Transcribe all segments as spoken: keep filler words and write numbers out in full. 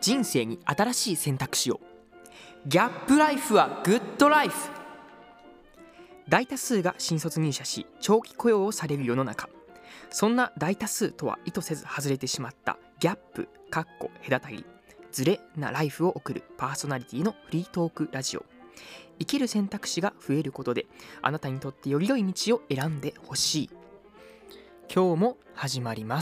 人生に新しい選択肢を。ギャップライフはグッドライフ。大多数が新卒入社し長期雇用をされる世の中、そんな大多数とは意図せず外れてしまったギャップかっこ隔たりズレなライフを送るパーソナリティのフリートークラジオ。生きる選択肢が増えることであなたにとってより良い道を選んでほしい。今日も始まります。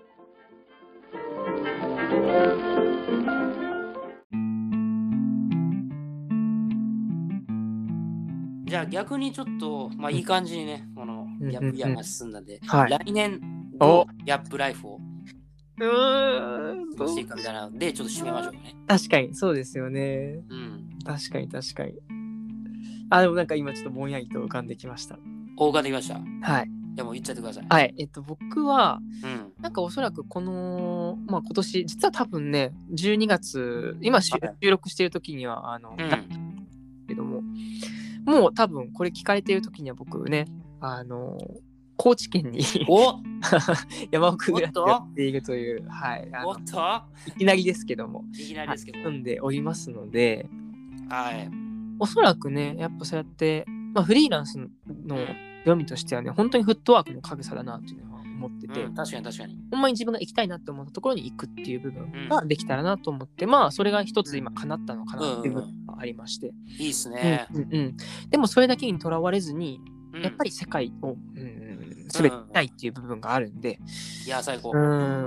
じゃあ逆にちょっと、まあいい感じにね、このギャップイヤーが進んだんで、 はい、 来年どうギャップライフをうーんどうしていくかみたいなので、ちょっと締めましょうね。 確かにそうですよね。 うん。 確かに確かに。あ、でもなんか今ちょっとぼんやりと浮かんできました。 大ができました。 はい。 じゃあもう言っちゃってください。 はい。えっと僕は、 うん、 なんかおそらくこの、まあ今年、実は多分ね、じゅうにがつ、今収録している時には、あの、 うん、 だけども、もう多分これ聞かれている時には僕ね、あの、高知県にお山奥暮らしをやっているという、はい。 おっといきなりですけども、 いきなりですけども、 住んでおりますので、 はい。 おそらくね、やっぱそうやって、まあ、フリーランスの読みとしてはね、本当にフットワークの軽さだなっていうのは思ってて、 うん、確かに確かに。 ほんまに自分が行きたいなって思ったところに行くっていう部分ができたらなと思って、うん、まあそれが一つ今叶ったのかなっていう部分がありまして、うんうん、 いいっすね、 うんうんうん、でもそれだけにとらわれずに、うん、やっぱり世界を、うん、全て見たいっていう部分があるんで、 いや最高。 うん、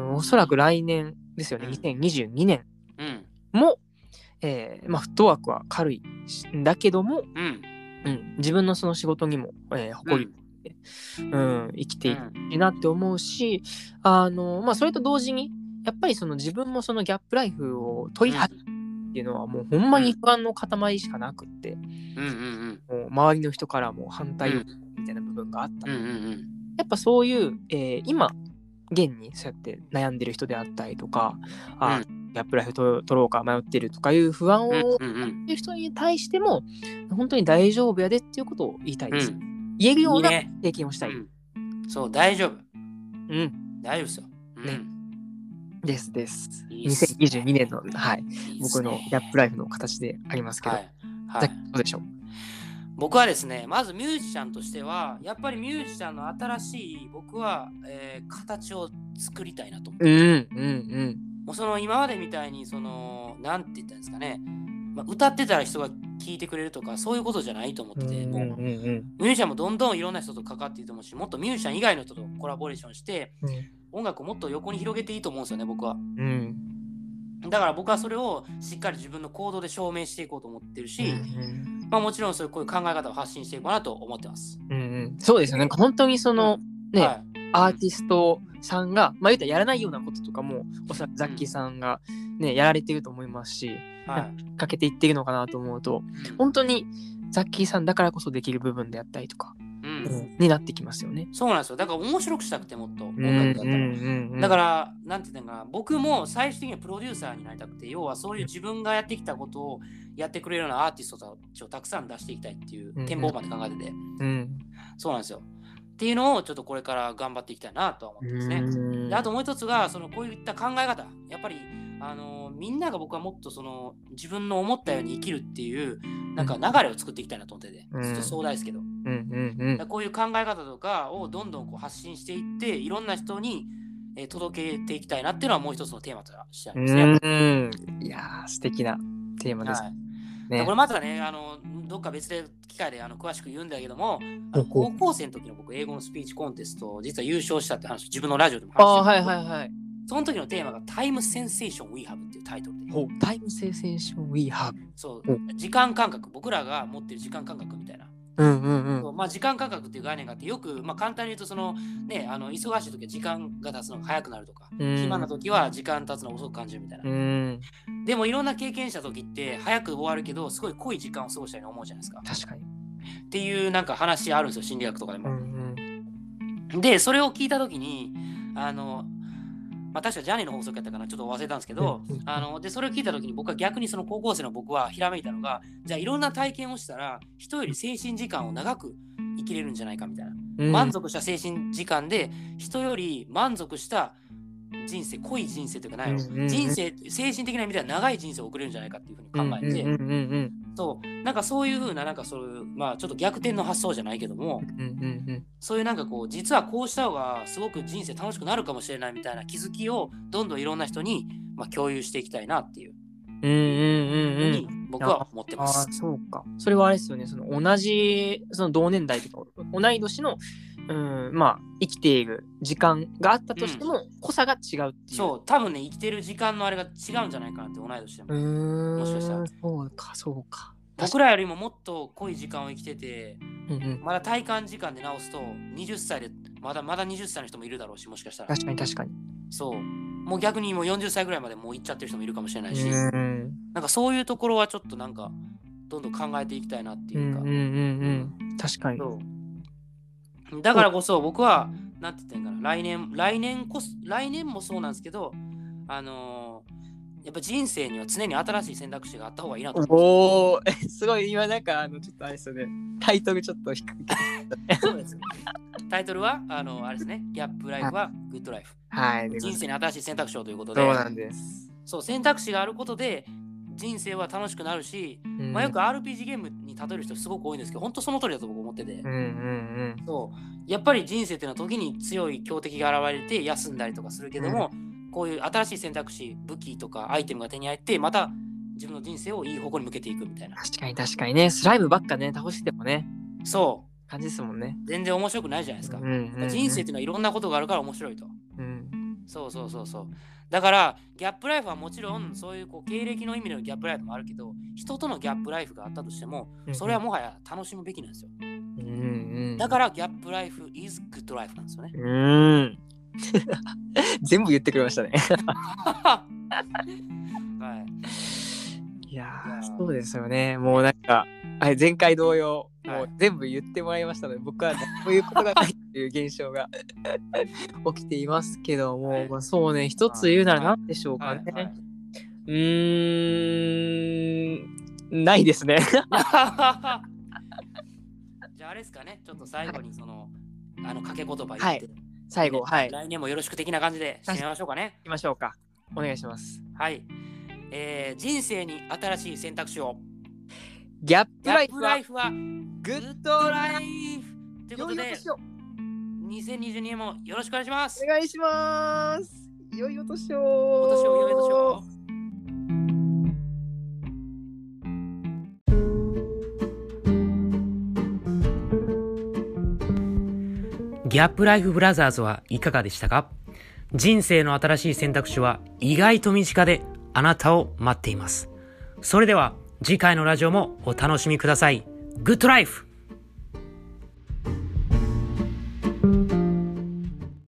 おそらく来年ですよね、うん、にせんにじゅうにねんも、えーまあ、フットワークは軽いんだけども、 うんうん、自分のその仕事にも、えー、誇り、うんうん、生きていきたいなって思うし、うん、あのまあそれと同時にやっぱりその自分もそのギャップライフを取り入るっていうのはもうほんまに不安の塊しかなくって、うんうんうん、もう周りの人からも反対をみたいな部分があったので、うんうんうん、やっぱそういう、えー、今現にそうやって悩んでる人であったりとか、あ、うん、ギャップライフ取ろうか迷ってるとかいう不安を持っている人に対しても、うんうん、本当に大丈夫やでっていうことを言いたいです。うん、言えるような経験をしたい。いいね、 うん、そう、大丈夫。 うん。 大丈夫ですよ。うん、 ね。ですです。いいっすね、にせんにじゅうにねんの、はい、いい僕のギャップライフの形でありますけど、はいはい、どうでしょう。 僕はですね、まずミュージシャンとしては、やっぱりミュージシャンの新しい僕は、えー、形を作りたいなと思って。 うんうんうん。 もうその今までみたいにそのなんて言ったんですかね、まあ、歌ってたら人が聴いてくれるとかそういうことじゃないと思ってて、もうミュージシャンもどんどんいろんな人と関わっていいと思うし、もっとミュージシャン以外の人とコラボレーションして、うん、音楽をもっと横に広げていいと思うんですよね、僕は。うん、だから僕はそれをしっかり自分の行動で証明していこうと思ってるし、うんうん、まあもちろんそういうこういう考え方を発信していこうかなと思ってます。 うんうん、そうですよね。なんか本当にその、うん、ね、はい、アーティストさんが、まあ言うたらやらないようなこととかもおそらくザッキーさんがね、うん、やられてると思いますし、はい、かけていってるのかなと思うと、うん、本当にザッキーさんだからこそできる部分であったりとか、うん、になってきますよね。 そうなんですよ。だから面白くしたくてもっと音楽だったら、うんうんうんうん、だからなんて言うのかな、僕も最終的にはプロデューサーになりたくて、要はそういう自分がやってきたことをやってくれるようなアーティストたちをたくさん出していきたいっていう展望まで考えてて、うんうん、そうなんですよ。っていうのをちょっとこれから頑張っていきたいなとは思ってますね。で、あともう一つがそのこういった考え方、やっぱりあのみんなが僕はもっとその自分の思ったように生きるっていうなんか流れを作っていきたいなと思ってて、うん、ちょっと壮大ですけど、うんうんうん、こういう考え方とかをどんどんこう発信していっていろんな人に、えー、届けていきたいなっていうのはもう一つのテーマとしてありますね。 うん、いやー素敵なテーマです、はいね、これまたね、あのどっか別で機会であの詳しく言うんだけども、あの高校生の時の僕英語のスピーチコンテスト実は優勝したって話、自分のラジオでも話してるんですけど、あ、はいはいはい、その時のテーマがタイムセンセーション We Have っていうタイトルで。 ほう、タイムセンセーション We Have。 そう、時間感覚、僕らが持ってる時間感覚みたいな。 うんうんうん。 そう、まあ時間感覚っていう概念があって、よくまあ簡単に言うとそのね、あの忙しい時は時間が経つのが早くなるとか、うん、暇な時は時間経つのが遅く感じるみたいな。うん、でもいろんな経験した時って早く終わるけどすごい濃い時間を過ごしたように思うじゃないですか。 確かに。 っていうなんか話あるんですよ、心理学とかでも。うんうん、で、それを聞いた時にあの。まあ、確かジャニーの法則やったかな、ちょっと忘れたんですけど、うんうん、あのでそれを聞いた時に僕は逆にその高校生の僕はひらめいたのが、じゃあいろんな体験をしたら人より精神時間を長く生きれるんじゃないかみたいな、うん、満足した精神時間で人より満足した人生、濃い人生というかないの、 うんうんうん、 人生、精神的な意味では長い人生を送れるんじゃないかっていうふうに考えて、 うんうんうんうん、 そうなんかそういうふうななんかそういうまあちょっと逆転の発想じゃないけども、 うんうんうん、 そういうなんかこう実はこうした方がすごく人生楽しくなるかもしれないみたいな気づきをどんどんいろんな人にまあ共有していきたいなっていう。 うんうんうんうん、 僕は思ってます。 ああ、そうか。それはあれですよね。その同じその同年代とか同い年の、うん、まあ生きている時間があったとしても、うん、濃さが違うっていう。 そう、多分ね生きてる時間のあれが違うんじゃないかなって同い年でも。 うーん、 もしかしたら。 そうかそうか。 僕らよりももっと濃い時間を生きてて、 うんうん、 まだ体感時間で直すとにじゅっさいでまだまだはたちの人もいるだろうし、もしかしたら。 確かに確かに。 そう。もう逆にもうよんじゅっさいぐらいまでもう行っちゃってる人もいるかもしれないし、 うん、 なんかそういうところはちょっとなんかどんどん考えていきたいなっていうか。 うんうんうんうん、確かに。 そうだからこそ僕はなんて言ってんかな、来年来年こそ来年もそうなんですけど、あのー、やっぱ人生には常に新しい選択肢があった方がいいなと思う。 おお、すごい今なんかあのちょっとあれですよね。タイトルちょっと低く。 そうです。タイトルはあのあれですね。ギャップライフはグッドライフ。 はい。 人生に新しい選択肢をということで。 そうなんです。 そう選択肢があることで人生は楽しくなるし、うん、まあよく アールピージー ゲームに例える人すごく多いんですけど、本当その通りだと僕思ってて。 うんうんうん。 そうやっぱり人生っていうのは時に強い強敵が現れて休んだりとかするけども、うん、こういう新しい選択肢、武器とかアイテムが手に入ってまた自分の人生をいい方向に向けていくみたいな。 確かに確かにね、スライムばっかね倒してもね。 そう。 感じですもんね。 全然面白くないじゃないですか。うんうんうん、人生っていうのはいろんなことがあるから面白いと。うん、そうそうそうそう。だからギャップライフはもちろんそういうこう経歴の意味でのギャップライフもあるけど、人とのギャップライフがあったとしても、それはもはや楽しむべきなんですよ。うんうん、だからギャップライフ is good life なんですよね。うーん全部言ってくれましたね。 はい。 いやー、そうですよね。もうなんか前回同様、もう全部言ってもらいましたので、僕はこういうことがないっていう現象が起きていますけども、はい、まあ、そうね、一つ言うなら何でしょうかね。はいはいはい、うーん、ないですね。 じゃああれですかね、ちょっと最後にその、はい、あの掛け言葉言って、はい、 最後、はい。 来年もよろしく的な感じで締めましょうかね。 行きましょうか。お願いします。 はい。えー、人生に新しい選択肢を。 ギャップライフライフはグッドライフということで、にせんにじゅうにねんもよろしくお願いします。 お願いします。良いお年を。 お年を良いお年を。ギャップライフブラザーズはいかがでしたか？人生の新しい選択肢は意外と身近であなたを待っています。それでは次回のラジオもお楽しみください。グッドライフ。